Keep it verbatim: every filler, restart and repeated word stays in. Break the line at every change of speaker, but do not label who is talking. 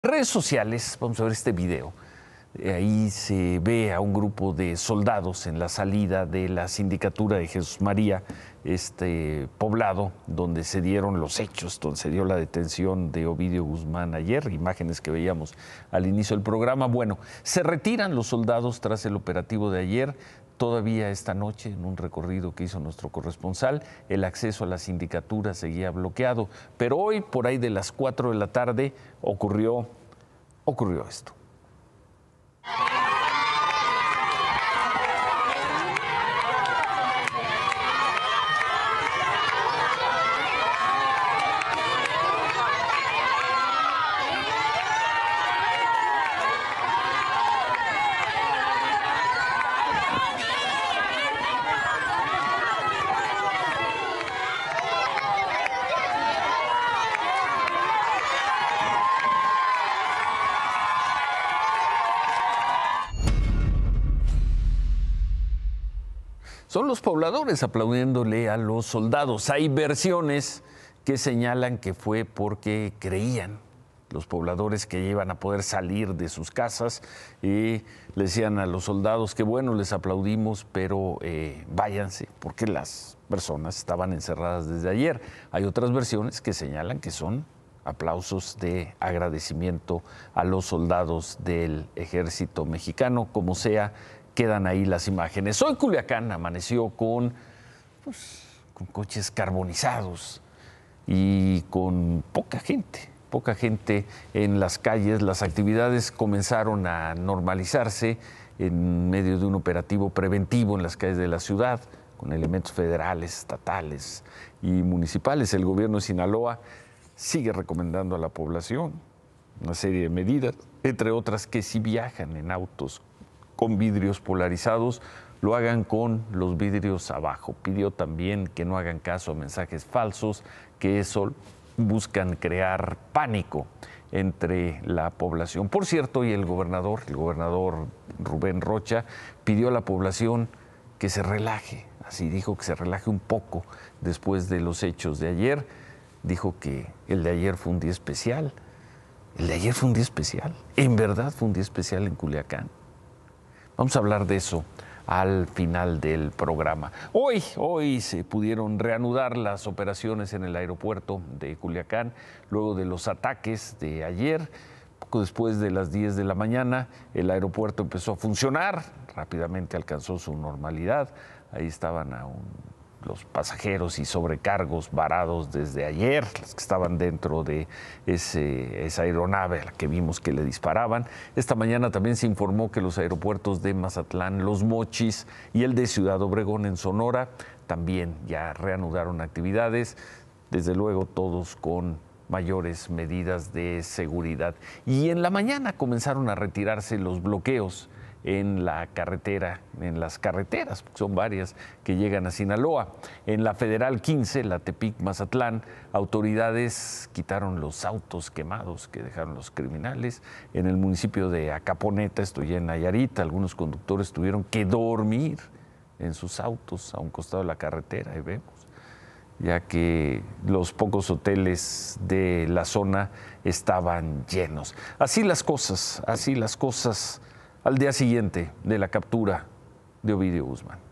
Redes sociales, vamos a ver este video. Ahí se ve a un grupo de soldados en la salida de la sindicatura de Jesús María, este poblado donde se dieron los hechos, donde se dio la detención de Ovidio Guzmán ayer, imágenes que veíamos al inicio del programa. Bueno, se retiran los soldados tras el operativo de ayer. Todavía esta noche, en un recorrido que hizo nuestro corresponsal, el acceso a la sindicatura seguía bloqueado. Pero hoy, por ahí de las cuatro de la tarde, ocurrió, ocurrió esto. Son los pobladores aplaudiéndole a los soldados. Hay versiones que señalan que fue porque creían los pobladores que iban a poder salir de sus casas y le decían a los soldados que bueno, les aplaudimos, pero eh, váyanse, porque las personas estaban encerradas desde ayer. Hay otras versiones que señalan que son aplausos de agradecimiento a los soldados del ejército mexicano, como sea. Quedan ahí las imágenes. Hoy Culiacán amaneció con, pues, con coches carbonizados y con poca gente, poca gente en las calles. Las actividades comenzaron a normalizarse en medio de un operativo preventivo en las calles de la ciudad, con elementos federales, estatales y municipales. El gobierno de Sinaloa sigue recomendando a la población una serie de medidas, entre otras que si viajan en autos con vidrios polarizados, lo hagan con los vidrios abajo. Pidió también que no hagan caso a mensajes falsos, que eso buscan crear pánico entre la población. Por cierto, y el gobernador, el gobernador Rubén Rocha, pidió a la población que se relaje, así dijo, que se relaje un poco después de los hechos de ayer. Dijo que el de ayer fue un día especial. El de ayer fue un día especial. En verdad fue un día especial en Culiacán. Vamos a hablar de eso al final del programa. Hoy, hoy se pudieron reanudar las operaciones en el aeropuerto de Culiacán luego de los ataques de ayer. Poco después de las diez de la mañana, el aeropuerto empezó a funcionar, rápidamente alcanzó su normalidad. Ahí estaban aún los pasajeros y sobrecargos varados desde ayer, los que estaban dentro de ese, esa aeronave a la que vimos que le disparaban. Esta mañana también se informó que los aeropuertos de Mazatlán, Los Mochis y el de Ciudad Obregón en Sonora también ya reanudaron actividades, desde luego todos con mayores medidas de seguridad. Y en la mañana comenzaron a retirarse los bloqueos en la carretera, en las carreteras, son varias que llegan a Sinaloa. En la Federal quince, la Tepic-Mazatlán, autoridades quitaron los autos quemados que dejaron los criminales. En el municipio de Acaponeta, esto ya en Nayarit, algunos conductores tuvieron que dormir en sus autos a un costado de la carretera, y vemos, ya que los pocos hoteles de la zona estaban llenos. Así las cosas, así las cosas al día siguiente de la captura de Ovidio Guzmán.